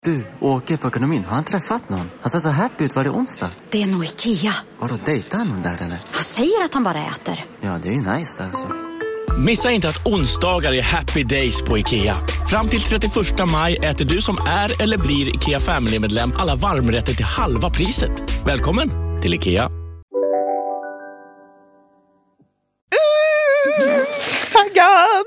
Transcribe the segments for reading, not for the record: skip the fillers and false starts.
Du, åker på ekonomin. Har han träffat någon? Han ser så happy ut. Var det onsdag? Det är nog Ikea. Har du dejtat någon där eller? Han säger att han bara äter. Ja, det är ju nice alltså. Missa inte att onsdagar är happy days på IKEA. Fram till 31 maj äter du som är eller blir IKEA Family-medlem alla varmrätter till halva priset. Välkommen till IKEA. Taggad!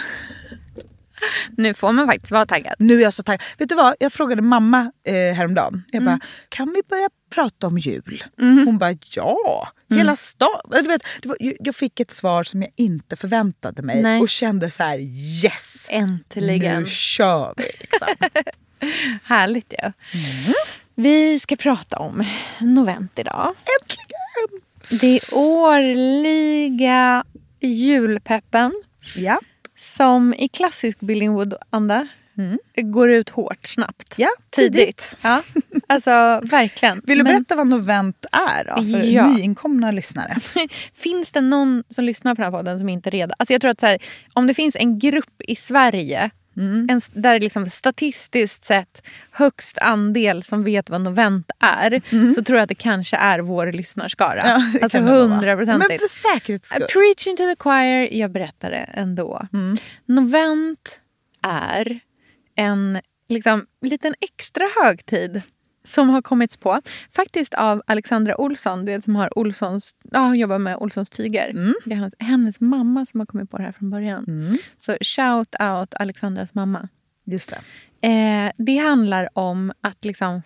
Nu får man faktiskt vara taggad. Nu är jag så taggad. Vet du vad? Jag frågade mamma häromdagen. Jag bara, kan vi börja prata om jul? Hon bara, ja. Hela staden. Du vet, jag fick ett svar som jag inte förväntade mig. Nej. Och kände så här, yes! Äntligen. Nu kör vi. Liksom. Härligt ja. Vi ska prata om novent idag. Äntligen! Det är årliga julpeppen. Ja. Som i klassisk Billingwood-anda går ut hårt, snabbt. Ja, tidigt. Ja, alltså verkligen. Vill du berätta vad novent är då, för nyinkomna lyssnare? Finns det någon som lyssnar på den här podden som inte är redan? Alltså jag tror att så här, om det finns en grupp i Sverige där det liksom statistiskt sett högst andel som vet vad novent är, så tror jag att det kanske är vår lyssnarskara. Ja, alltså 100%. Men för säkerhets skull. Preaching to the choir, jag berättar det ändå. Novent är en liksom liten extra högtid som har kommits på. Faktiskt av Alexandra Olsson, du vet, som har Olssons, jobbar med Olssons tyger. Det är hennes mamma som har kommit på det här från början. Så shout out Alexandras mamma. Just det. Det handlar om att liksom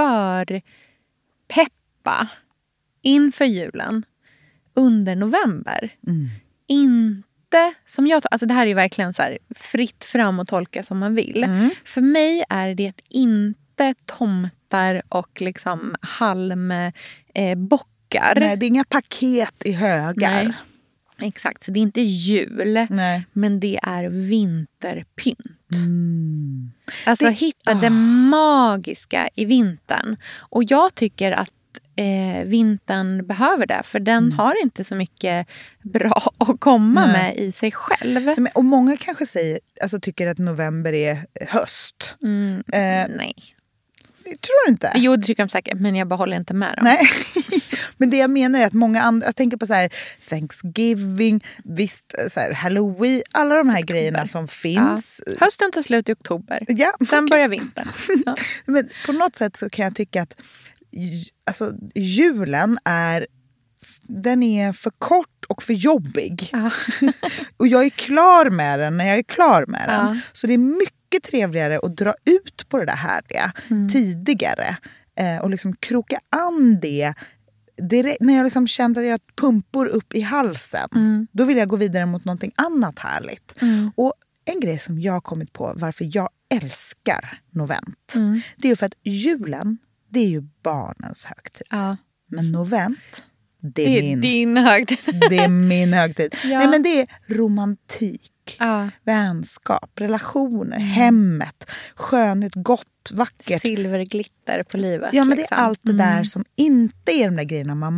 förpeppa inför julen under november. Inte som jag, alltså det här är verkligen så här fritt fram och tolka som man vill. För mig är det inte tomtar och liksom halmbockar. Nej, det är inga paket i högar. Nej. Exakt, så det är inte jul. Nej. Men det är vinterpynt. Alltså hitta det magiska i vintern. Och jag tycker att vintern behöver det. För den har inte så mycket bra att komma med i sig själv. Och många kanske tycker att november är höst. Nej. Tror du inte? Jo, det tycker jag säkert, men jag bara håller inte med dem. Nej, men det jag menar är att många andra, jag tänker på så här Thanksgiving, visst så här Halloween, alla de här grejerna som finns. Ja. Hösten tar slut i oktober. Ja, sen börjar vintern. Ja. Men på något sätt så kan jag tycka att alltså, julen är för kort och för jobbig. Och jag är klar med den när jag är klar med den. Så det är mycket trevligare att dra ut på det där härliga tidigare. Och liksom kroka an det. När jag liksom kände att jag pumpar upp i halsen. Då vill jag gå vidare mot någonting annat härligt. Och en grej som jag har kommit på varför jag älskar novent. Det är ju för att julen, det är ju barnens högtid. Men novent, det är din högtid. Det är min högtid. Nej, men det är romantik, vänskap, relationer, hemmet, skönhet, gott, vackert. Silverglitter på livet. Ja, men liksom. det är allt det där som inte är de där grejerna man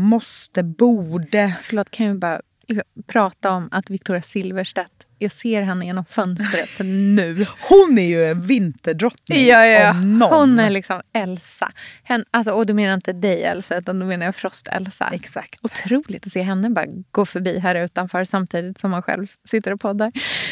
borde. Förlåt, kan jag bara prata om att Victoria Silvstedt, jag ser henne genom fönstret nu. Hon är ju en vinterdrottning. Ja. Om någon. Hon är liksom Elsa. Och du menar inte dig Elsa, utan du menar jag Frost-Elsa. Exakt. Otroligt att se henne bara gå förbi här utanför samtidigt som man själv sitter och poddar.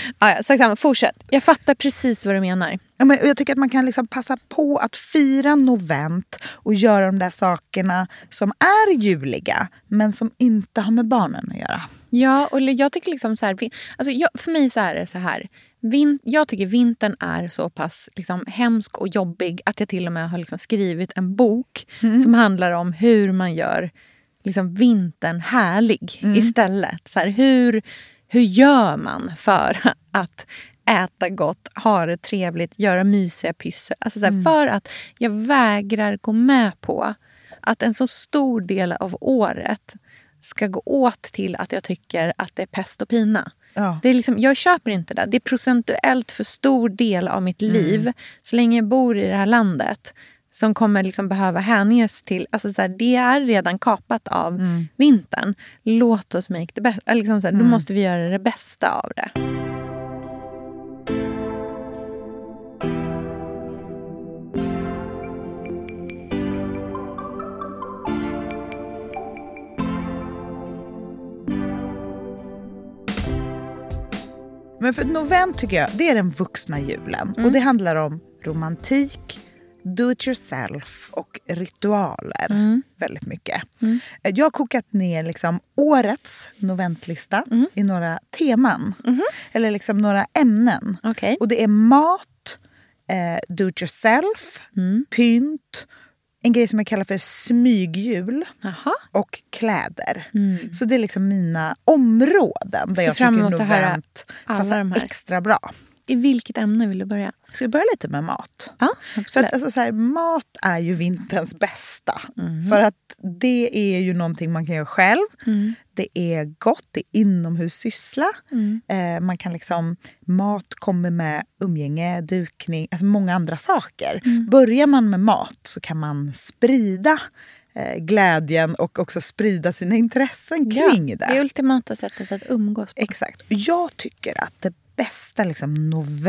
Så fortsätt. Jag fattar precis vad du menar. Ja, men jag tycker att man kan liksom passa på att fira novent och göra de där sakerna som är juliga men som inte har med barnen att göra. Ja, och jag tycker liksom så här, för mig så är det så här. Jag tycker vintern är så pass liksom hemsk och jobbig att jag till och med har liksom skrivit en bok som handlar om hur man gör liksom vintern härlig istället. Så här, hur gör man för att äta gott, ha det trevligt, göra mysiga pyssel. Alltså så här, för att jag vägrar gå med på att en så stor del av året ska gå åt till att jag tycker att det är pest och pina. Ja. Det är liksom, jag köper inte det. Det är procentuellt för stor del av mitt liv så länge jag bor i det här landet som kommer liksom behöva hänges till. Alltså så här, det är redan kapat av vintern. Låt oss make the best. Liksom så här, då måste vi göra det bästa av det. Men för novent tycker jag, det är den vuxna julen. Och det handlar om romantik, do it yourself och ritualer. Väldigt mycket. Jag har kokat ner liksom årets noventlista i några teman. Eller liksom några ämnen. Okej. Och det är mat, do it yourself, pynt, en grej som jag kallar för smygjul och kläder. Så det är liksom mina områden där jag tycker novent passar extra bra. I vilket ämne vill du börja? Ska vi börja lite med mat? Ja, för att, alltså, så här, mat är ju vinterns bästa. För att det är ju någonting man kan göra själv. Det är gott, det är inomhussyssla. Man kan liksom, mat kommer med umgänge, dukning, alltså många andra saker. Börjar man med mat så kan man sprida glädjen och också sprida sina intressen kring det. Det är ultimata sättet att umgås på. Exakt. Jag tycker att det bästa liksom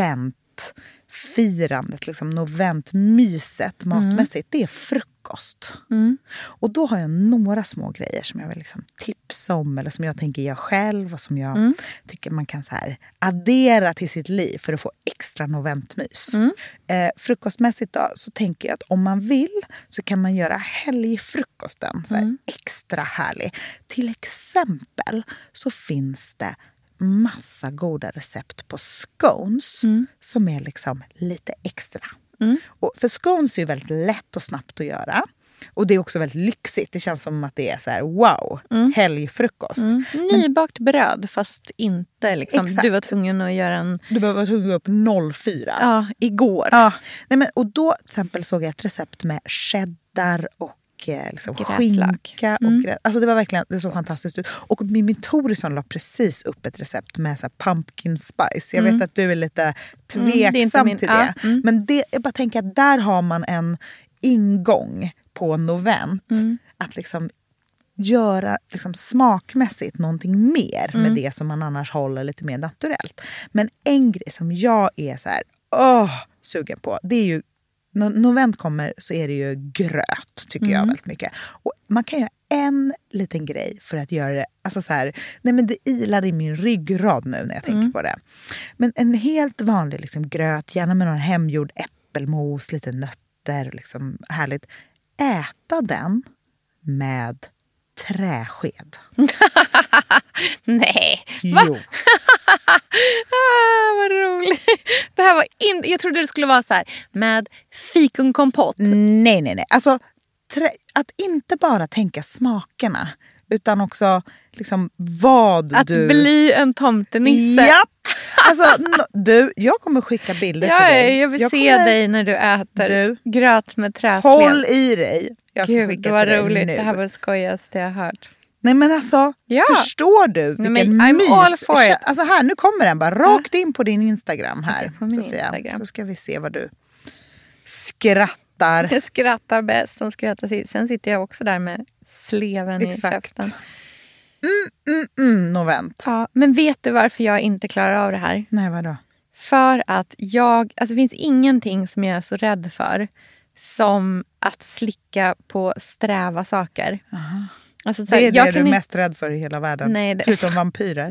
noventfirandet, liksom noventmyset matmässigt, det är frukost. Och då har jag några små grejer som jag vill liksom tipsa om eller som jag tänker jag själv och som jag tycker man kan så här addera till sitt liv för att få extra noventmys. Frukostmässigt då, så tänker jag att om man vill så kan man göra helgfrukosten så här extra härlig. Till exempel så finns det massa goda recept på scones som är liksom lite extra. Och för scones är ju väldigt lätt och snabbt att göra. Och det är också väldigt lyxigt. Det känns som att det är så här, wow, helgfrukost. Nybakt bröd, fast inte liksom. Exakt. Du var tvungen att göra en... Du behöver hugga upp 04. Ja, igår. Ja. Nej, men, och då till exempel såg jag ett recept med cheddar och liksom skinka och alltså det var verkligen, det såg fantastiskt ut. Och Mimi Thoresson la precis upp ett recept med så här pumpkin spice. Jag vet att du är lite tveksam till det. Men det, jag bara tänker att där har man en ingång på novent. Att liksom göra liksom smakmässigt någonting mer med det som man annars håller lite mer naturellt. Men en grej som jag är så här sugen på, det är ju när novent kommer så är det ju gröt, tycker jag väldigt mycket. Och man kan göra en liten grej för att göra det, alltså så här, nej men det ilar i min ryggrad nu när jag tänker på det. Men en helt vanlig liksom gröt, gärna med någon hemgjord äppelmos, lite nötter, liksom härligt. Äta den med träsked. Nej. Jo. Vad roligt. Det här var jag trodde det skulle vara så här med fikonkompott. Nej. Alltså att inte bara tänka smakerna utan också liksom vad att du... Att bli en tomtenisse. Ja. Alltså du, jag kommer skicka bilder för dig. Jag vill se dig när du äter gröt med träsled. Håll i dig. Jag ska Gud, skicka det var till dig roligt. nu. Det här var skojigaste jag har hört. Nej men alltså, förstår du vilken mys? I'm all for it. Alltså här, nu kommer den bara rakt in på din Instagram här, på min Sofia. Instagram. Så ska vi se vad du skrattar. Jag skrattar bäst som skrattar sist. Sen sitter jag också där med sleven i käften. Novent. Ja, men vet du varför jag inte klarar av det här? Nej, vadå? För att alltså det finns ingenting som jag är så rädd för som att slicka på sträva saker. Alltså, så här, det är det du är mest rädd för i hela världen. Nej, förutom vampyrer.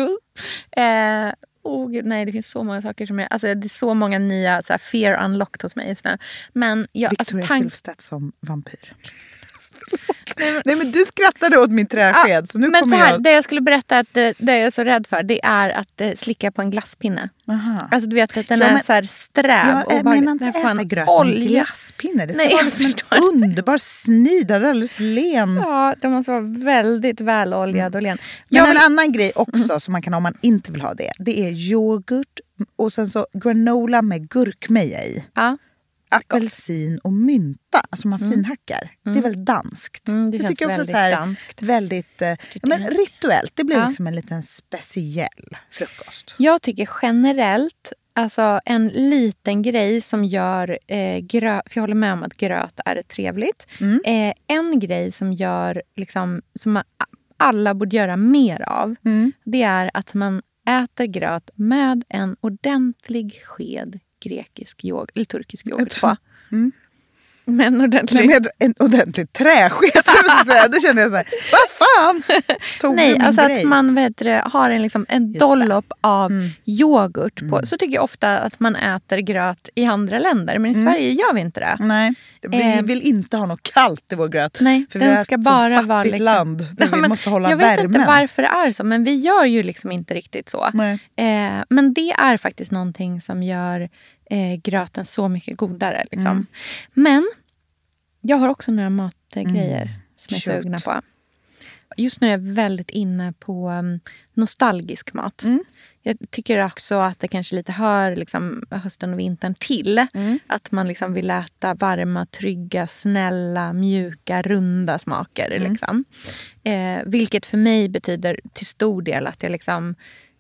Nej, det finns så många saker som alltså det är så många nya så här, fear unlocked hos mig just nu. Men Victoria Silvstedt som vampyr. Nej men du skrattade åt min träsked. Så nu men kommer så här, det jag skulle berätta att det jag är så rädd för, det är att slicka på en glasspinne. Aha. Alltså du vet att den är så här sträv. Jag menar inte äta gröt med en glasspinne. Det ska vara liksom en underbar snidare, alldeles len. Ja, det måste vara väldigt väloljad och len. Men en annan grej också som man kan ha om man inte vill ha det är yoghurt och sen så granola med gurkmeja i. Ja. Apelsin och mynta, alltså man finhackar. Det är väldigt danskt. Det känns tycker väldigt också så här, danskt. Väldigt men rituellt. Det blir liksom en liten speciell frukost. Jag tycker generellt, alltså en liten grej som gör gröt, för jag håller med om att gröt är trevligt. En grej som gör liksom, som alla borde göra mer av, det är att man äter gröt med en ordentlig sked grekisk yoghurt, eller turkisk yoghurt på. Med en ordentlig... med en ordentlig träsked. Då kände jag så här, vad fan? Tog Nej, du min alltså grej? att man har en dollop av yoghurt på. Så tycker jag ofta att man äter gröt i andra länder. Men i Sverige gör vi inte det. Nej, vi vill inte ha något kallt i vår gröt. Nej, för vi är ska ett bara så vara fattigt liksom... land där vi måste hålla jag värmen. Jag vet inte varför det är så, men vi gör ju liksom inte riktigt så. Men det är faktiskt någonting som gör gröten så mycket godare. Liksom. Men jag har också några matgrejer som jag är sugna på. Just nu är jag väldigt inne på nostalgisk mat. Jag tycker också att det kanske lite hör liksom, hösten och vintern till. Att man liksom vill äta varma, trygga, snälla, mjuka, runda smaker. Liksom. Vilket för mig betyder till stor del att jag liksom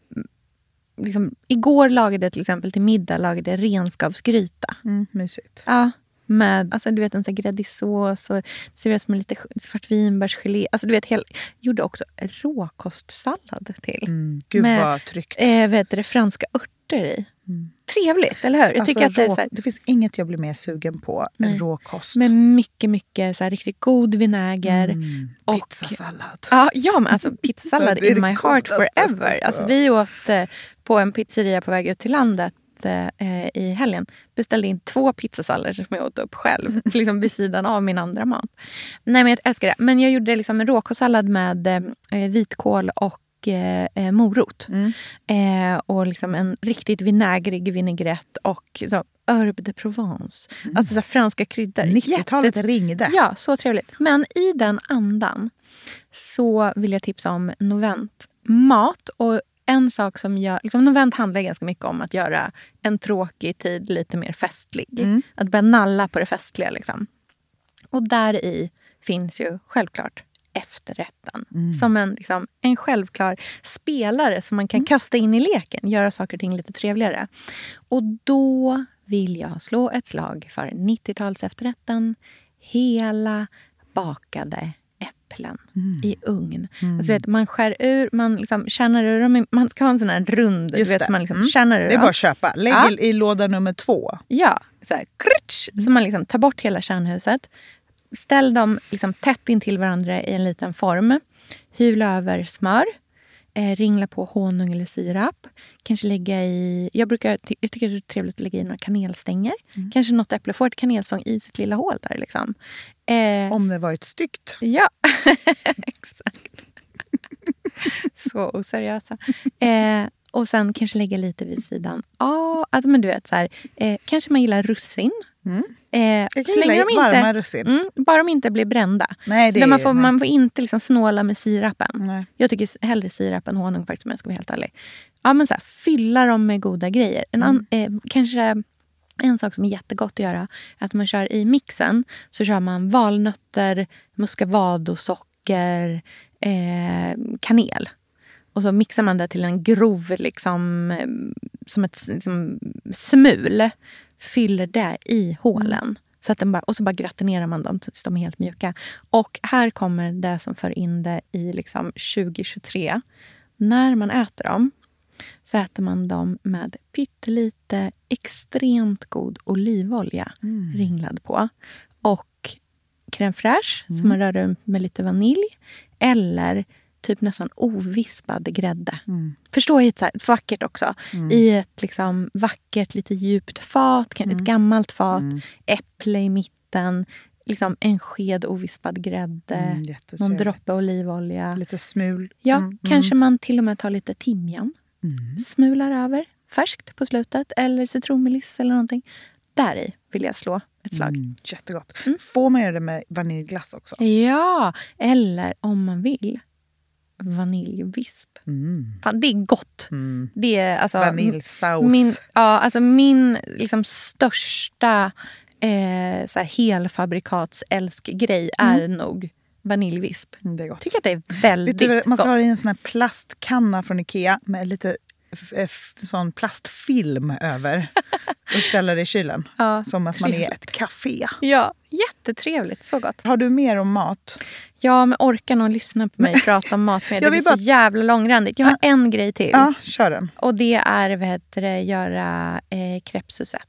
igår lagade jag till exempel till middag renskapsgryta. Mysigt. Ja. Med, alltså du vet, en sån här gräddig sås och serveras med lite svartvinbärsgelé. Alltså du vet, gjorde också råkostsallad till. Gud med, vad tryggt. Vet du, franska örter i. Trevligt, eller hur? Jag tycker att det är så här, det finns inget jag blir mer sugen på än råkost. med mycket så här, riktigt god vinäger. Och pizzasallad. Ja, men alltså pizzasallad in my heart forever. Alltså vi åt på en pizzeria på väg ut till landet i helgen, beställde in 2 pizzasallader som jag åt upp själv liksom vid sidan av min andra mat. Nej, men jag älskar det. Men jag gjorde liksom en råkostsallad med vitkål och morot. Och liksom en riktigt vinägrig vinägrett och så herbe de Provence. Alltså så franska kryddor. 90-talet ringde. Ja, så trevligt. Men i den andan så vill jag tipsa om Novent mat. Och en sak som Novent handlar ganska mycket om att göra en tråkig tid lite mer festlig. Att börja nalla på det festliga liksom. Och där i finns ju självklart efterrätten. Som en självklar spelare som man kan kasta in i leken. Göra saker och ting lite trevligare. Och då vill jag slå ett slag för 90-tals efterrätten. Hela bakade äpplen i ugn. Alltså, vet, man skär ur, man liksom kärnar ur dem. Man ska ha en sån här rund, du vet, man liksom kärnar ur. Det är bara att köpa. Lägg i låda nummer 2. Ja, så här, så man liksom tar bort hela kärnhuset. Ställ dem liksom tätt in till varandra i en liten form. Hyvla över smör. Ringla på honung eller sirap. Kanske lägga i... Jag tycker det är trevligt att lägga i några kanelstänger. Kanske något äpple får ett kanelstång i sitt lilla hål där. Liksom. Om det varit styggt. Ja, exakt. Så oseriösa. Och sen kanske lägga lite vid sidan. Alltså, men du vet så här. Kanske man gillar russin. Så länge de varma russin. Bara de inte blir brända. Nej, det man får inte liksom snåla med sirapen. Nej. Jag tycker hellre sirap än honung faktiskt, om jag ska vara helt ärlig. Ja, men så här, fylla dem med goda grejer. Kanske en sak som är jättegott att göra är att man kör i mixen, så kör man valnötter, muscovado-socker, kanel. Och så mixar man det till en grov liksom, som ett liksom, smul. Fyller det i hålen. Så att och så bara gratinerar man dem tills de är helt mjuka. Och här kommer det som för in det i liksom 2023. När man äter dem så äter man dem med pyttelite extremt god olivolja ringlad på. Och crème fraîche som man rör runt med lite vanilj. Eller typ nästan ovispad grädde. Förstår jag så här, vackert också. I ett liksom vackert, lite djupt fat. Ett gammalt fat. Äpple i mitten. Liksom en sked ovispad grädde. Någon droppe olivolja. Lite smul. Ja, kanske man till och med tar lite timjan. Smular över. Färskt på slutet. Eller citronmeliss eller någonting. Där i vill jag slå ett slag. Jättegott. Får man göra det med vaniljglass också? Ja, eller om man vill. Vaniljvisp. Fan, det är gott. Det är alltså vaniljsaus. Min liksom största så här helfabrikatsälskgrej är nog vaniljvisp. Det är gott. Tycker att det är väldigt gott. Man ska ha i en sån här plastkanna från Ikea med lite sån plastfilm över och ställa det i kylen. Som att man är ett café. Ja, jättetrevligt. Så gott. Har du mer om mat? Ja, men orkar någon lyssna på mig prata om mat? Det blir så jävla långrandigt. Jag har en grej till. Ja, kör den. Och det är göra crêpe Suzette.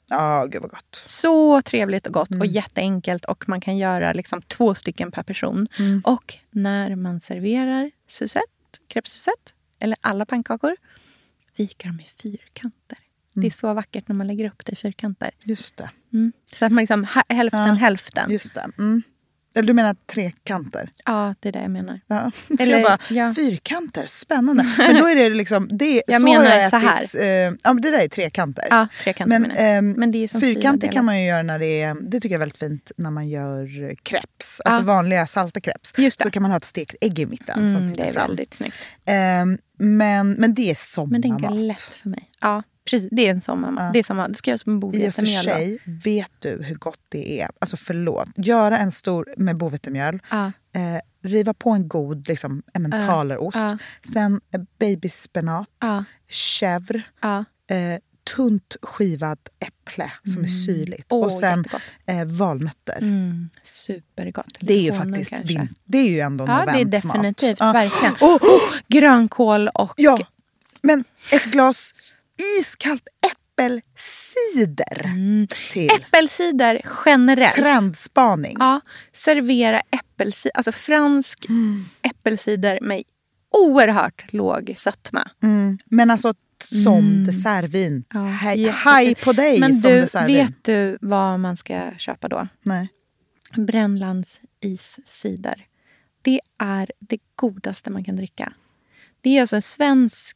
Gud vad gott. Så trevligt och gott och jätteenkelt. Och man kan göra liksom 2 stycken per person. Och när man serverar crêpe-suzette eller alla pannkakor, vikar dem i fyrkanter. Det är så vackert när man lägger upp det i fyrkanter. Just det. Så att man liksom hälften. Just det. Eller du menar 3 kanter? Ja, det är det jag menar. Ja. Eller, fyrkanter, spännande. Men då är det liksom... jag menar så här. Det där är 3 kanter. Ja, 3 kanter men det är som fyrkanter kan man ju göra när det är... Det tycker jag är väldigt fint när man gör crepes. Alltså vanliga salta crepes. Just det. Då kan man ha ett stekt ägg i mitten. Det är väldigt snyggt. Men det är sommarmat. Men det är lätt för mig. Ja, precis. Det är en sommarmat. Det är samma. Det ska göras med bovetemjöl. I och för sig, vet du hur gott det är? Alltså förlåt. Göra en stor med bovetemjöl. Riva på en god liksom, emmentaler-ost. Sen babyspenat. Chèvre. Tunt skivad äpple som är syrligt. Och sen valnötter. Supergott. Det är ju faktiskt det är ju ändå noventmat. Ja, det är definitivt. Verkligen. Grönkål och... Ja, men ett glas iskallt äppelcider till. Äppelcider generellt. Trendspaning. Ja, servera äppelcider. Alltså fransk äppelcider med oerhört låg sötma. Men alltså som dessertvin. Hej på dig. Men som dessertvin. Vet du vad man ska köpa då? Nej. Brännlands iscider. Det är det godaste man kan dricka. Det är alltså en svensk...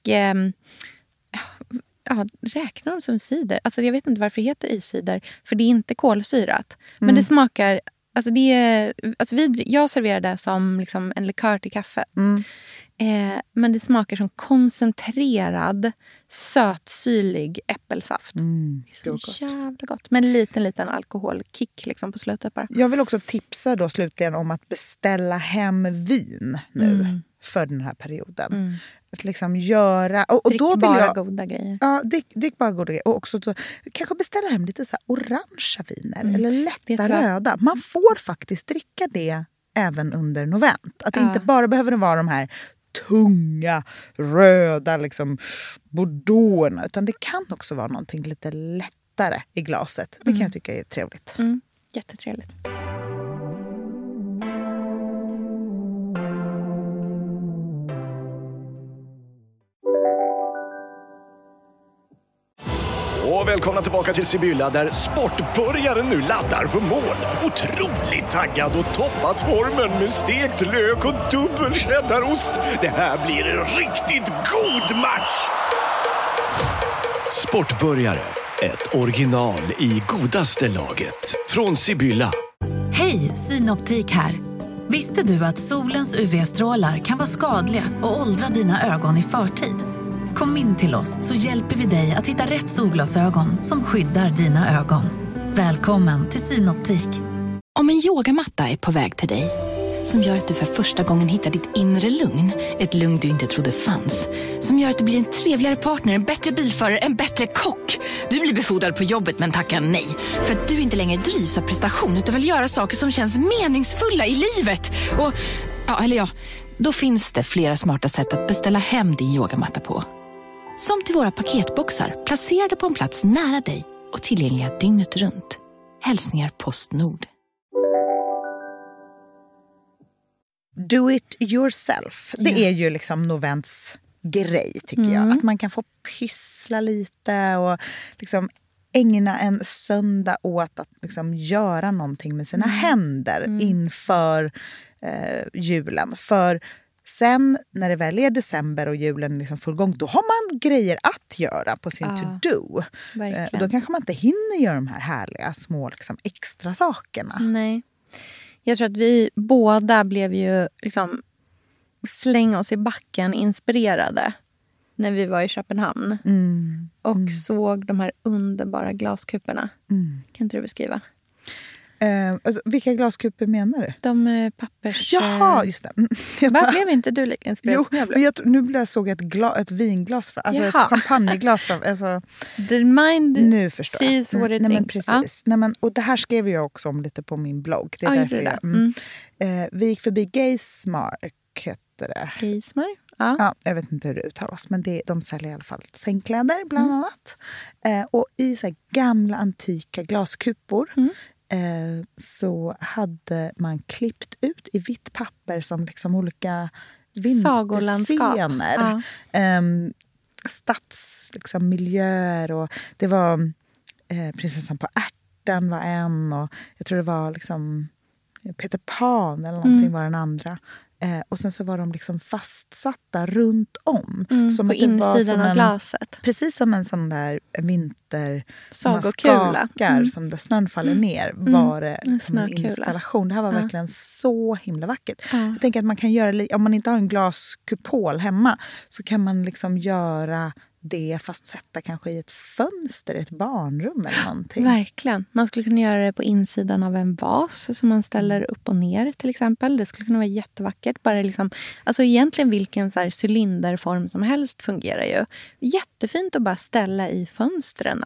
räknar de som cider? Alltså jag vet inte varför det heter iscider. För det är inte kolsyrat. Men det smakar... Alltså det är, alltså jag serverar det som liksom en likör till kaffe. Men det smakar som koncentrerad, sötsyrlig äppelsaft. Det är så jävla gott. Men en liten alkoholkick liksom på slutet bara. Jag vill också tipsa då slutligen om att beställa hem vin nu för den här perioden. Att liksom göra... Och drick då vill bara goda grejer. Ja, drick bara goda grejer. Och också då, kanske beställa hem lite så här orangea viner eller lätta röda. Man får faktiskt dricka det även under novent. Att det inte bara behöver vara de här tunga, röda liksom, bordeauxerna. Utan det kan också vara någonting lite lättare i glaset. Det kan jag tycka är trevligt. Jättetrevligt. Och välkomna tillbaka till Sibylla där sportbörjaren nu laddar för mål. Otroligt taggad och toppat formen med stekt lök och dubbel cheddarost. Det här blir en riktigt god match! Sportbörjare, ett original i godaste laget. Från Sibylla. Hej, Synoptik här. Visste du att solens UV-strålar kan vara skadliga och åldra dina ögon i förtid? Kom in till oss så hjälper vi dig att hitta rätt solglasögon som skyddar dina ögon. Välkommen till Synoptik. Om en yogamatta är på väg till dig, som gör att du för första gången hittar ditt inre lugn, ett lugn du inte trodde fanns, som gör att du blir en trevligare partner, en bättre bilförare, en bättre kock. Du blir befordrad på jobbet men tackar nej, för att du inte längre drivs av prestation utan vill göra saker som känns meningsfulla i livet. Och, då finns det flera smarta sätt att beställa hem din yogamatta på. Som till våra paketboxar placerade på en plats nära dig och tillgängliga dygnet runt. Hälsningar Postnord. Do it yourself. Det är ju liksom novents grej tycker jag. Att man kan få pyssla lite och liksom ägna en söndag åt att liksom göra någonting med sina händer inför julen. För sen när det väl är december och julen liksom får igång, då har man grejer att göra på sin to-do. Och då kanske man inte hinner göra de här härliga små liksom, extra sakerna. Nej. Jag tror att vi båda blev ju liksom slänga oss i backen inspirerade när vi var i Köpenhamn. Och såg de här underbara glaskuporna. Kan inte du beskriva? Alltså, vilka glaskuper menar du? De pappers... Jaha, just det. Vad blev inte du lika inspirerad som jag blev? Nu såg jag ett vinglas, alltså ett champagneglas. Alltså, The mind nu förstår sees what it Nej, men thinks. precis. Nej, men, och det här skrev jag också om lite på min blogg. Det är därför vi gick förbi Gaysmark, heter det. Gaysmark? Ja, jag vet inte hur det uttalas, men de säljer i alla fall sängkläder bland annat. Och i så här gamla antika glaskupor så hade man klippt ut i vitt papper som liksom olika vinterscener. Stadsmiljöer, och det var prinsessan på ärten var en, och jag tror det var liksom Peter Pan eller någonting var den andra. Och sen så var de liksom fastsatta runt om. Som på insidan av glaset. Precis som en sån där vinter som man sagokula. Skakar, som där snön faller ner. Var det liksom en installation. Det här var verkligen så himla vackert. Jag tänker att man kan göra, om man inte har en glaskupol hemma, så kan man liksom göra det fast sätta kanske i ett fönster, ett barnrum eller någonting. Verkligen. Man skulle kunna göra det på insidan av en vas som man ställer upp och ner till exempel. Det skulle kunna vara jättevackert. Bara liksom, alltså egentligen vilken så här cylinderform som helst fungerar ju. Jättefint att bara ställa i fönstren.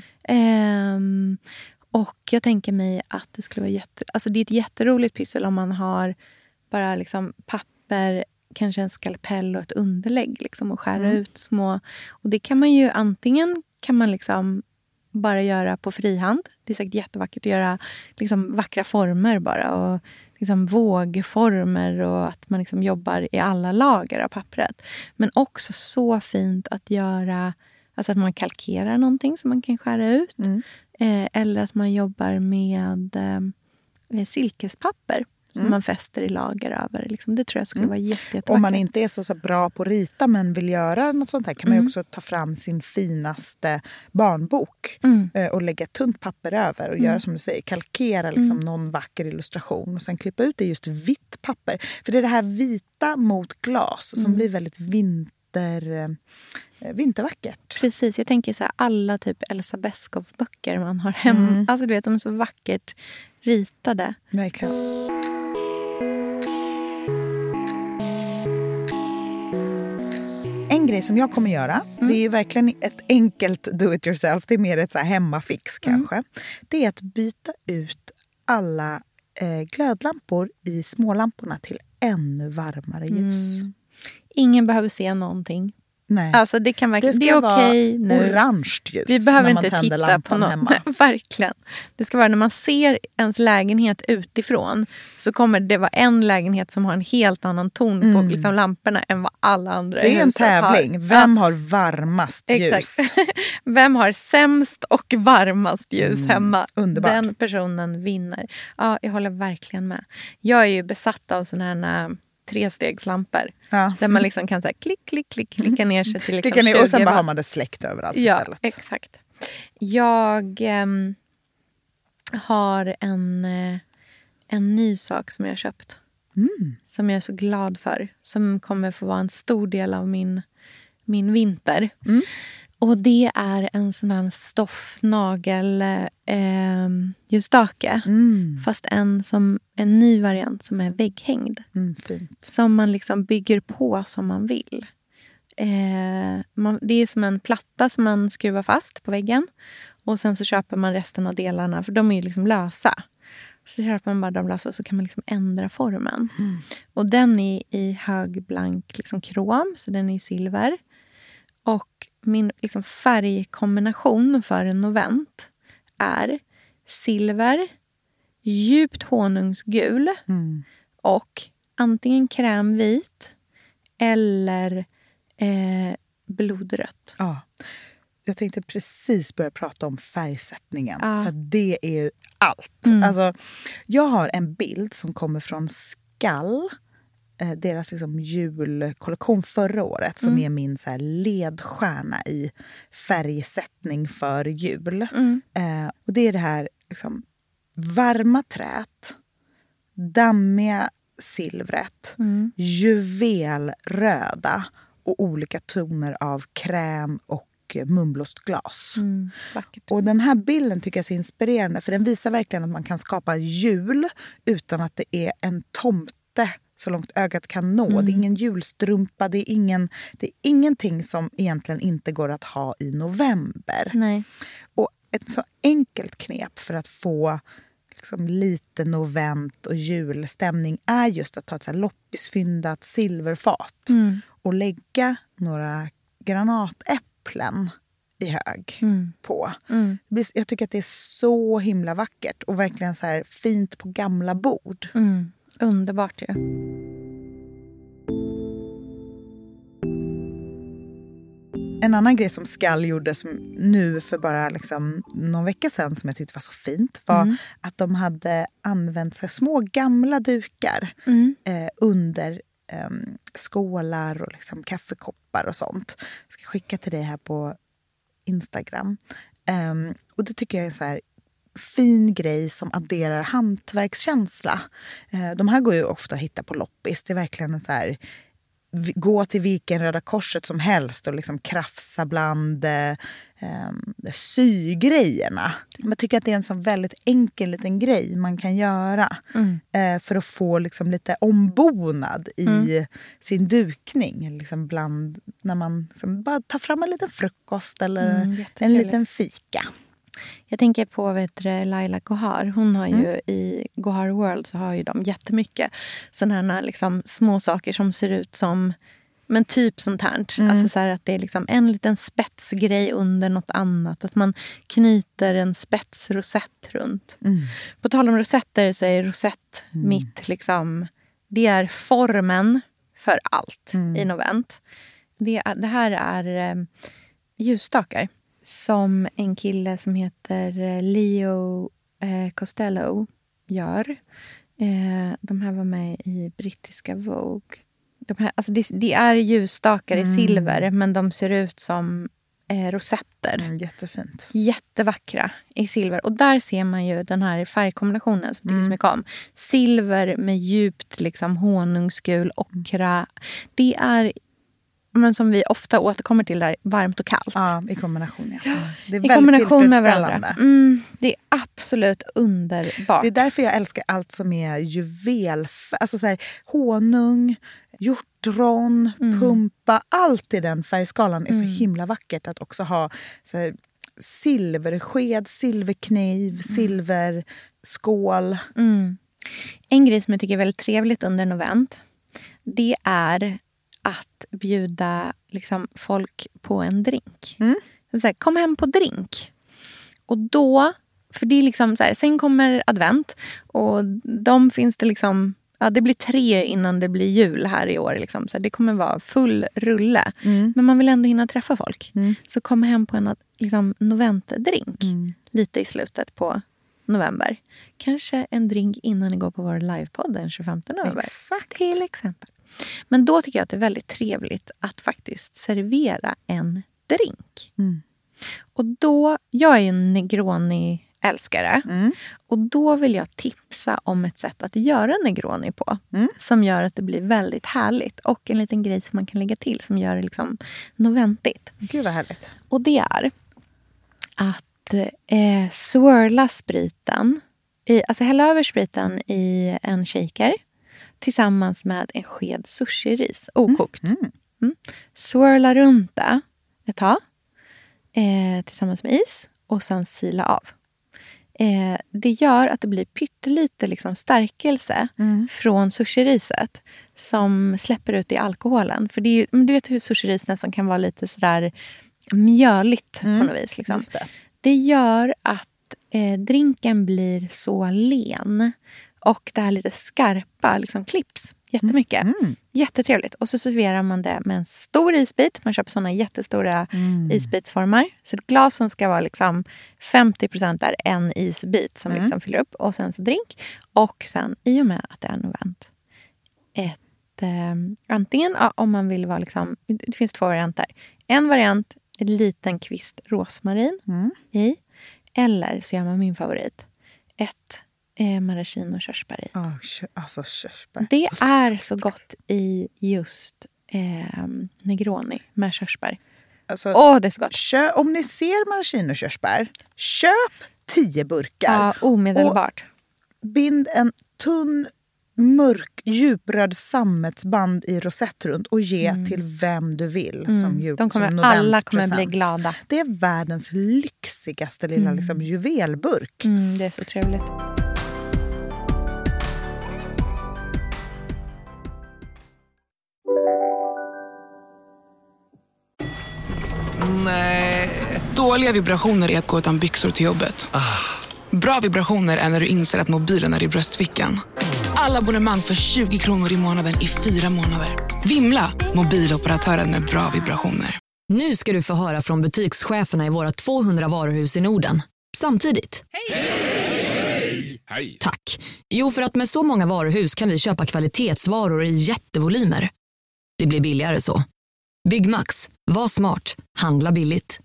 Och jag tänker mig att det skulle vara alltså det är ett jätteroligt pyssel om man har bara liksom papper, kanske en skalpell och ett underlägg liksom, och skära ut små. Och det kan man ju antingen kan man liksom bara göra på frihand. Det är säkert jättevackert att göra liksom vackra former bara, och liksom vågformer, och att man liksom jobbar i alla lager av pappret. Men också så fint att göra, alltså att man kalkerar någonting som man kan skära ut. Eller att man jobbar med silkespapper som man fäster i lager över. Liksom, det tror jag skulle vara jättevackert. Om man inte är så bra på att rita men vill göra något sånt här, kan man ju också ta fram sin finaste barnbok och lägga ett tunt papper över och göra som du säger, kalkera liksom någon vacker illustration och sen klippa ut det just vitt papper. För det är det här vita mot glas som blir väldigt vintervackert. Precis, jag tänker så här, alla typ Elsa Beskow-böcker man har hemma. Alltså du vet, de är så vackert ritade. Verkligen. En grej som jag kommer göra, det är verkligen ett enkelt do-it-yourself, det är mer ett så här hemmafix kanske. Det är att byta ut alla glödlampor i smålamporna till ännu varmare ljus. Ingen behöver se någonting. Nej. Alltså det kan verkligen, det ska är okej vara nu. Orange ljus. Vi behöver när man inte tänder titta på något. hemma. Verkligen. Det ska vara när man ser ens lägenhet utifrån, så kommer det vara en lägenhet som har en helt annan ton på liksom lamporna än vad alla andra det är en tävling. har. Vem har varmast ljus? Exakt. Vem har sämst och varmast ljus hemma? Underbart. Den personen vinner. Ja, jag håller verkligen med. Jag är ju besatt av såna här 3-stegslampor. Där man liksom kan så här, klicka ner sig till liksom 20 och sen bara har man det släckt överallt istället. Ja, exakt. Jag har en ny sak som jag har köpt. Som jag är så glad för. Som kommer få vara en stor del av min vinter. Och det är en sån här stoffnagel ljusstake. Fast en ny variant som är vägghängd. Fint. Som man liksom bygger på som man vill. Det är som en platta som man skruvar fast på väggen. Och sen så köper man resten av delarna, för de är ju liksom lösa. Så köper man bara de lösa, så kan man liksom ändra formen. Och den är i högblank liksom krom, så den är i silver. Och min liksom färgkombination för en novent är silver, djupt honungsgul och antingen krämvit eller blodrött. Ja. Jag tänkte precis börja prata om färgsättningen. För det är ju allt. Alltså, jag har en bild som kommer från Skall. Deras liksom julkollektion förra året. Som är min så här ledstjärna i färgsättning för jul. Och det är det här liksom, varma trät. Dammiga silvret. Juvelröda. Och olika toner av kräm och munblåstglas. Och den här bilden tycker jag är så inspirerande. För den visar verkligen att man kan skapa jul utan att det är en tomte så långt ögat kan nå. Det är ingen julstrumpa. Det är ingenting som egentligen inte går att ha i november. Nej. Och ett så enkelt knep för att få liksom lite novent och julstämning är just att ta ett så här loppisfyndat silverfat. och lägga några granatäpplen i hög på. Jag tycker att det är så himla vackert och verkligen så här fint på gamla bord. Underbart ju. En annan grej som Skall gjorde som nu för bara liksom någon vecka sedan som jag tyckte var så fint var att de hade använt sig små gamla dukar under skålar och liksom kaffekoppar och sånt. Jag ska skicka till dig här på Instagram. Och det tycker jag är en så här fin grej som adderar hantverkskänsla. De här går ju ofta att hitta på loppis. Det är verkligen en så här gå till vilken Röda Korset som helst och liksom krafsa bland sygrejerna. Jag tycker att det är en sån väldigt enkel liten grej man kan göra för att få liksom lite ombonad i sin dukning. Liksom bland, när man liksom bara tar fram en liten frukost eller en liten fika. Jag tänker på Laila Gohar. Hon har ju i Gohar World så har ju de jättemycket sådana här liksom små saker som ser ut som men typ sånt här. Alltså så här att det är liksom en liten spetsgrej under något annat. Att man knyter en spetsrosett runt. På tal om rosetter så är rosett mitt liksom, det är formen för allt i Novent. Det här är ljusstakar. Som en kille som heter Leo Costello gör. De här var med i brittiska Vogue. De här, alltså det är ljusstakar i silver, men de ser ut som rosetter. Jättefint. Jättevackra i silver. Och där ser man ju den här färgkombinationen som tycker så mycket om. Silver med djupt liksom, honungsgul, ockra. Det är... Men som vi ofta återkommer till där, varmt och kallt. Ja, i kombination. Ja. Det är i väldigt tillfredsställande. Det är absolut underbart. Det är därför jag älskar allt som är juvel. Alltså så här, honung, hjortron, pumpa. Allt i den färgskalan är så himla vackert att också ha så här, silversked, silverkniv, silverskål. En grej som jag tycker är väldigt trevligt under Novent, det är att bjuda liksom, folk på en drink. Så här, kom hem på drink. Och då, för det är liksom så här, sen kommer advent och de finns det liksom, ja, det blir 3 innan det blir jul här i år liksom. Så här, det kommer vara full rulle. Men man vill ändå hinna träffa folk. Så kom hem på en liksom, noventdrink lite i slutet på november. Kanske en drink innan ni går på vår livepodd den 25 november. Exakt. Till exempel. Men då tycker jag att det är väldigt trevligt att faktiskt servera en drink. Och då, jag är ju en Negroni-älskare. Och då vill jag tipsa om ett sätt att göra Negroni på. Som gör att det blir väldigt härligt. Och en liten grej som man kan lägga till som gör det liksom noventigt. Gud vad härligt. Och det är att swirla spriten. Alltså hälla över spriten i en shaker. Tillsammans med en sked sushi-ris. Okokt. Swirla runt det ett tag. Tillsammans med is. Och sen sila av. Det gör att det blir pyttelite liksom stärkelse från sushi-riset. Som släpper ut i alkoholen. För det är ju, du vet hur sushi-ris nästan kan vara lite sådär mjöligt på något vis. Liksom. Det gör att drinken blir så len. Och det här lite skarpa liksom, clips. Jättemycket. Jättetrevligt. Och så serverar man det med en stor isbit. Man köper såna jättestora isbitsformar. Så ett glas som ska vara liksom 50% är en isbit som liksom fyller upp. Och sen så drink. Och sen, i och med att det är novent, antingen om man vill vara liksom, det finns 2 varianter. En variant, en liten kvist rosmarin i. Eller så gör man min favorit. Maraschino och körsbär i. Alltså körsbär. Det är så gott i just Negroni med körsbär. Alltså, det är så gott. Om ni ser maraschino och körsbär, köp 10 burkar. Ja, omedelbart. Och bind en tunn, mörk, djupröd sammetsband i rosett runt och ge till vem du vill som alla kommer bli glada. Det är världens lyxigaste lilla liksom, juvelburk. Det är så trevligt. Dåliga vibrationer är att gå utan byxor till jobbet. Bra vibrationer är när du inser att mobilen är i bröstfickan. Alla abonnemang för 20 kronor i månaden i 4 månader. Vimla, mobiloperatören med bra vibrationer. Nu ska du få höra från butikscheferna i våra 200 varuhus i Norden. Samtidigt. Hej! Tack. Jo, för att med så många varuhus kan vi köpa kvalitetsvaror i jättevolymer. Det blir billigare så. Byggmax. Var smart. Handla billigt.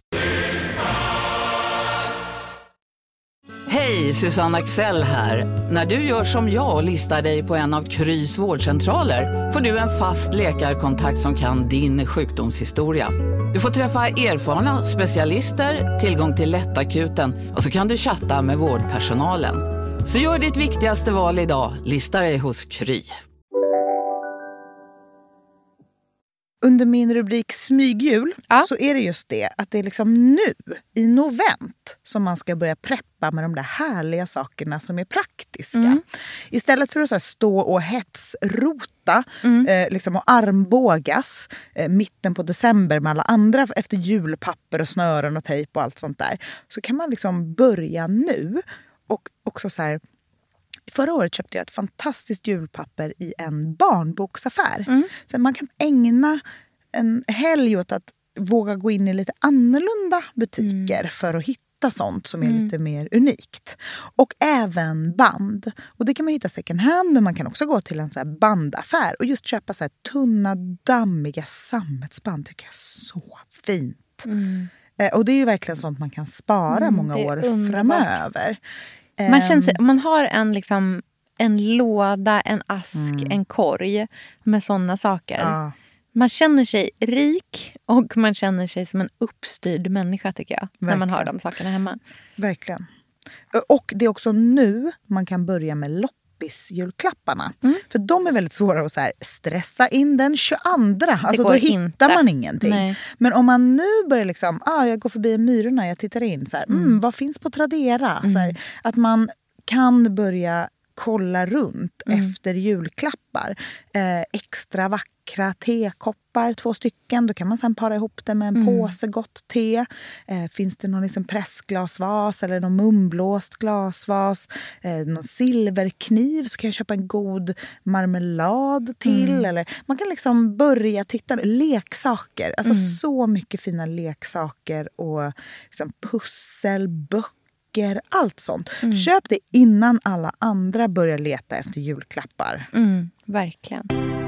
Hej, Susanne Axel här. När du gör som jag och listar dig på en av Krys vårdcentraler får du en fast läkarkontakt som kan din sjukdomshistoria. Du får träffa erfarna specialister, tillgång till lättakuten och så kan du chatta med vårdpersonalen. Så gör ditt viktigaste val idag, lista dig hos Kry. Under min rubrik smygjul så är det just det att det är liksom nu i novent som man ska börja preppa med de där härliga sakerna som är praktiska. Istället för att så här stå och hetsrota liksom och armbågas mitten på december med alla andra efter julpapper och snören och tejp och allt sånt där, så kan man liksom börja nu. Och också så här, förra året köpte jag ett fantastiskt julpapper i en barnboksaffär. Så man kan ägna en helg åt att våga gå in i lite annorlunda butiker för att hitta sånt som är lite mer unikt. Och även band. Och det kan man hitta second hand, men man kan också gå till en så här bandaffär och just köpa så här tunna, dammiga sammetsband. Tycker jag är så fint. Och det är ju verkligen sånt man kan spara många år framöver. Man känner sig, man har en låda, en ask, en korg med sådana saker. Man känner sig rik och man känner sig som en uppstyrd människa, tycker jag. Verkligen. När man har de sakerna hemma. Verkligen. Och det är också nu man kan börja med loppisjulklapparna. För de är väldigt svåra att så här stressa in den 22. Alltså då hittar man ingenting. Nej. Men om man nu börjar liksom, jag går förbi Myrorna, jag tittar in så här, vad finns på Tradera? Så här, att man kan börja kolla runt efter julklappar. Extra vackra tekoppar, 2 stycken. Då kan man sen para ihop det med en påse gott te. Finns det någon liksom pressglasvas eller någon mumblåst glasvas? Någon silverkniv, så kan jag köpa en god marmelad till. Eller man kan liksom börja titta. Leksaker, alltså så mycket fina leksaker och liksom pusselböcker. Allt sånt. Köp det innan alla andra börjar leta efter julklappar. Verkligen.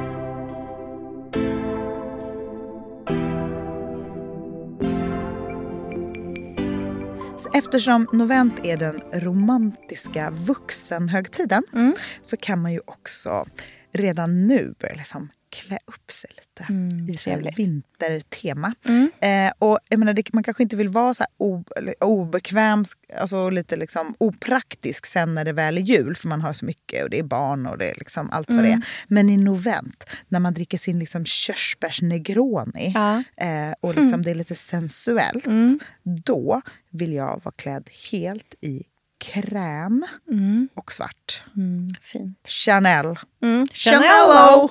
Eftersom novent är den romantiska vuxenhögtiden så kan man ju också redan nu börja liksom klä upp sig lite i så här vintertema. Och jag menar, man kanske inte vill vara så här obekväm, alltså lite liksom opraktisk sen när det väl är jul, för man har så mycket och det är barn och det är liksom allt vad det är. Men i novent, när man dricker sin liksom körsbärsnegroni och liksom det är lite sensuellt, då vill jag vara klädd helt i kräm och svart. Fint. Chanel. Chanel!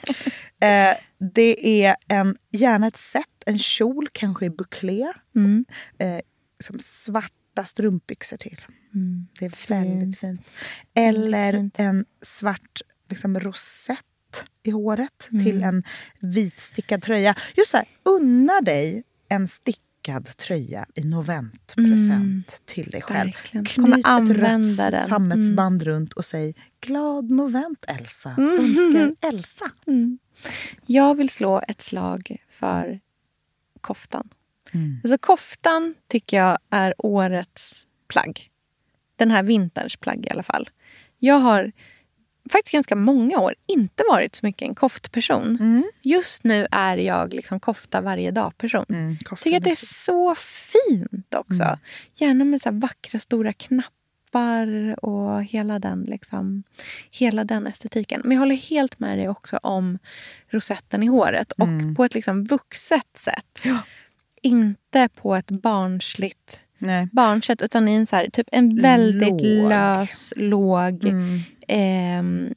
Det är gärna ett set, en kjol, kanske i bouclé. Som svarta strumpbyxor till. Det är väldigt fint. Eller en svart liksom, rosett i håret till en vitstickad tröja. Just så här, unna dig en stickad tröja i noventpresent till dig själv. Knyt ett rött sammetsband runt och säg glad novent, Elsa. Önskar Elsa. Jag vill slå ett slag för koftan. Alltså koftan tycker jag är årets plagg. Den här vinterns plagg i alla fall. Jag har faktiskt ganska många år inte varit så mycket en koftperson. Just nu är jag liksom kofta varje dag-person. Tycker att det är så fint också. Gärna med så här vackra stora knappar och hela den estetiken. Men jag håller helt med dig också om rosetten i håret. Och på ett liksom vuxet sätt. Inte på ett barnsligt barnsätt, utan i en så här, typ en väldigt lös, låg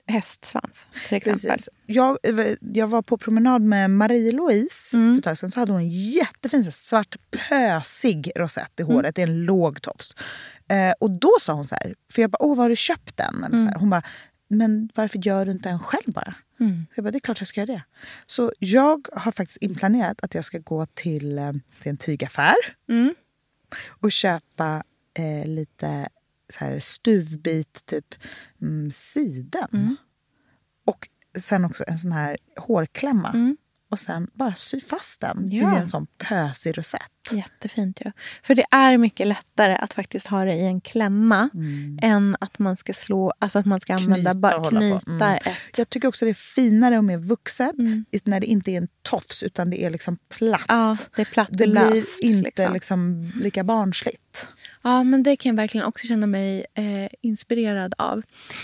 hästsvans till exempel. Precis. Jag var på promenad med Marie-Louise för ett tag sedan, så hade hon en jättefin så här, svart pösig rosett i håret. Det är en låg tofs. Och då sa hon så här, för jag bara, vad har du köpt den? Eller så här. Hon bara, men varför gör du inte en själv bara? Så jag bara, det är klart jag ska göra det. Så jag har faktiskt inplanerat att jag ska gå till en tygaffär och köpa lite så här stuvbit typ siden. Och sen också en sån här hårklämma. Och sen bara sy fast den i en sån pösig rosett. Jättefint ju. Ja. För det är mycket lättare att faktiskt ha det i en klämma än att man ska slå, alltså att man ska knyta ett. Jag tycker också det är finare och mer vuxet när det inte är en tofs utan det är liksom platt. Ja, det är platt. Det blir inte liksom lika barnsligt. Ja, men det kan jag verkligen också känna mig inspirerad av.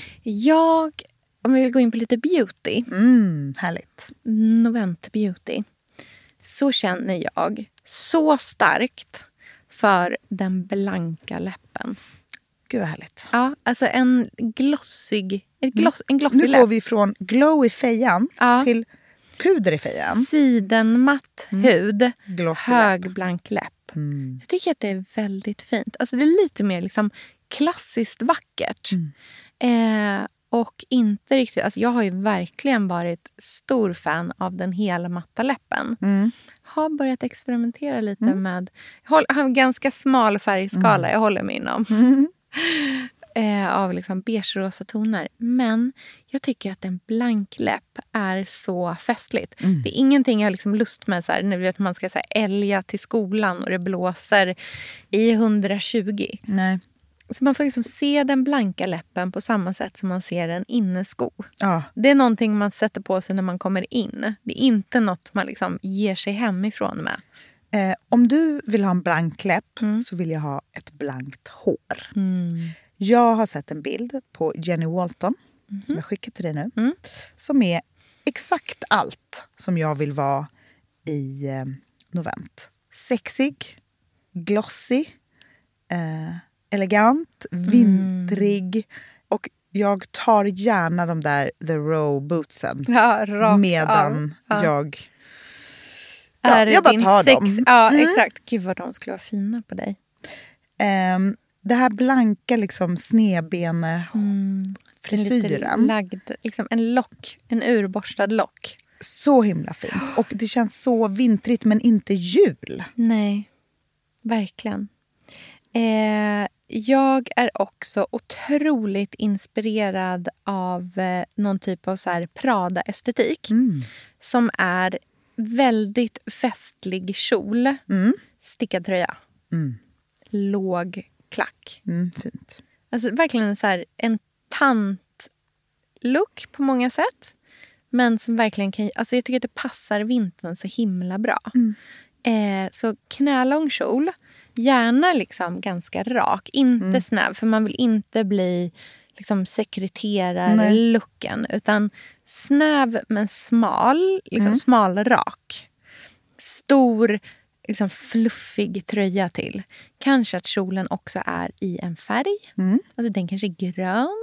Om vi vill gå in på lite beauty. Härligt. Novent beauty. Så känner jag så starkt för den blanka läppen. Gud vad härligt. Ja, alltså en glossig läpp. Nu går vi från glow i fejan till puder i fejan. Sidenmatt hud, Glossig hög blank läpp. Jag tycker att det är väldigt fint. Alltså det är lite mer liksom klassiskt vackert. Och inte riktigt, alltså jag har ju verkligen varit stor fan av den hela matta läppen. Har börjat experimentera lite med, jag har en ganska smal färgskala jag håller mig inom. Av liksom beige-rosa toner. Men jag tycker att en blank läpp är så festligt. Det är ingenting jag har liksom lust med så här, när vet man ska så här, älga till skolan och det blåser i 120. Nej. Så man får liksom se den blanka läppen på samma sätt som man ser en innesko. Ja. Det är någonting man sätter på sig när man kommer in. Det är inte något man liksom ger sig hemifrån med. Om du vill ha en blank läpp så vill jag ha ett blankt hår. Jag har sett en bild på Jenny Walton som jag skickar till dig nu. Som är exakt allt som jag vill vara i Novent. Sexig, glossy, elegant, vintrig. Och jag tar gärna de där The Row bootsen. Medan jag... jag bara tar dem. Ja, exakt. Gud vad de skulle vara fina på dig. Det här blanka liksom snedbene frisyren. Lagd, liksom en urborstad lock. Så himla fint. Och det känns så vintrigt men inte jul. Nej, verkligen. Jag är också otroligt inspirerad av någon typ av så här Prada-estetik. Som är väldigt festlig kjol. Stickad tröja. Låg klack. Fint. Alltså verkligen så här, en tant-look på många sätt. Men som verkligen kan... Alltså jag tycker att det passar vintern så himla bra. Så knälång kjol. Gärna liksom ganska rak. Inte snäv. För man vill inte bli liksom sekreterare-looken. Utan snäv men smal. Liksom smal rak. Stor... liksom fluffig tröja till. Kanske att kjolen också är i en färg. Alltså den kanske är grön.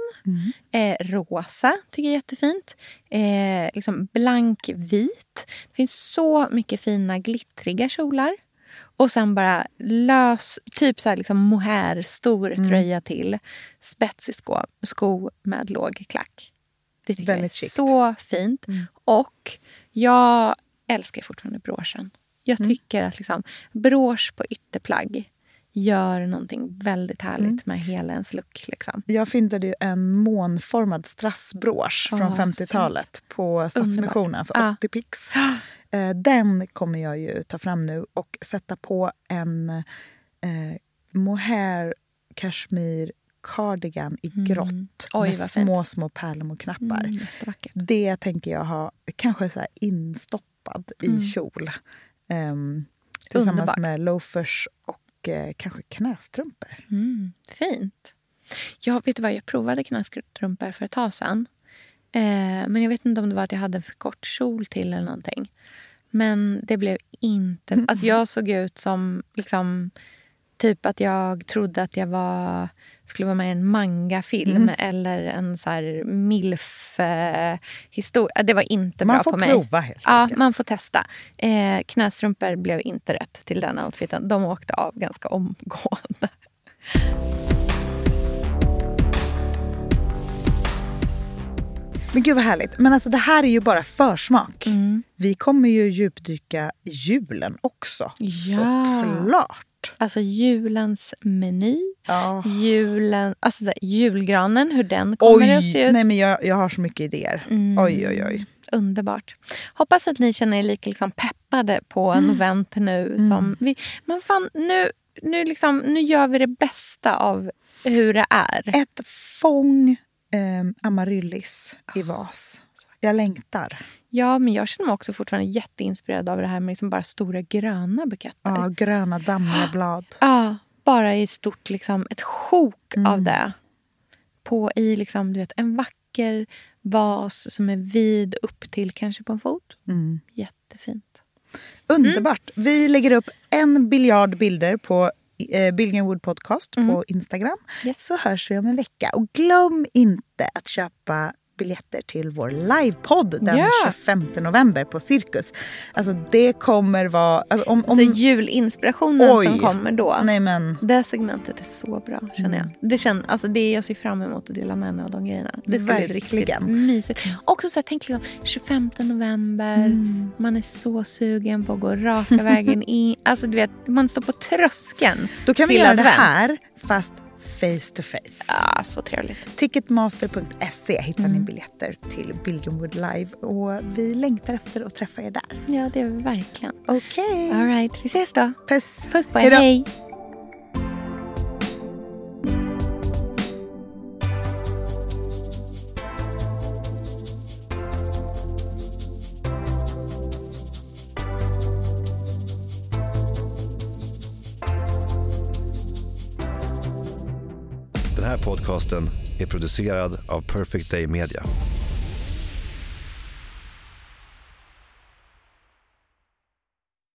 Rosa tycker jag är jättefint. Liksom blank vit. Det finns så mycket fina glittriga kjolar. Och sen bara lös, typ så här liksom mohair, stor tröja till. Spetsig sko med låg klack. Det tycker jag är så fint. Och jag älskar fortfarande broschen. Jag tycker att liksom, brosch på ytterplagg gör någonting väldigt härligt med hela ens look. Liksom. Jag fyndade ju en månformad strassbrosch från 50-talet på Stadsmissionen för 80 pix. Den kommer jag ju ta fram nu och sätta på en mohair cashmere cardigan i grått med små pärlemorknappar. Det tänker jag ha kanske så här instoppad i kjol. Tillsammans med loafers och kanske knästrumpor. Fint. Jag vet vad, jag provade knästrumpor för ett tag sedan. Men jag vet inte om det var att jag hade en för kort kjol till eller någonting. Men det blev inte... Alltså jag såg ut som liksom... Typ att jag trodde att jag var skulle vara med i en mangafilm eller en så här milf-historia. Det var inte bra på mig. Man får prova helt enkelt. Ja, man får testa. Knästrumpor blev inte rätt till den outfiten. De åkte av ganska omgående. Men gud vad härligt. Men alltså det här är ju bara försmak. Vi kommer ju djupdyka i julen också. Ja. Såklart. Alltså julens meny. Julen, alltså så här, julgranen, hur den kommer att se ut. Nej men jag har så mycket idéer. Oj. Underbart. Hoppas att ni känner er lika liksom peppade på november nu. Som vi, men fan, nu gör vi det bästa av hur det är. Ett fång amaryllis i vas. Jag längtar. Ja, men jag känner mig också fortfarande jätteinspirerad av det här med liksom bara stora gröna buketter. Ja, gröna dammiga blad. Ja, bara i stort liksom ett sjok av det. På i liksom, du vet, en vacker vas som är vid upp till kanske på en fot. Jättefint. Underbart. Vi lägger upp 1 biljard bilder på Billgrenwood podcast på Instagram. Så hörs vi om en vecka. Och glöm inte att köpa biljetter till vår livepodd den 25 november på Cirkus. Alltså det kommer vara... Alltså julinspirationen som kommer då. Nej, men... Det segmentet är så bra, känner jag. Det jag ser fram emot att dela med mig av de grejerna. Det ska bli riktigt mysigt. Också så här, tänk liksom 25 november. Man är så sugen på att gå raka vägen in. Alltså du vet, man står på tröskeln. Då kan vi göra det här fast face to face. Ja, så trevligt. Ticketmaster.se hittar ni biljetter till Billgrenwood Live. Och vi längtar efter att träffa er där. Ja, det är vi verkligen. Okej. All right, vi ses då. Puss. Puss på er. Hej. Den här podcasten är producerad av Perfect Day Media.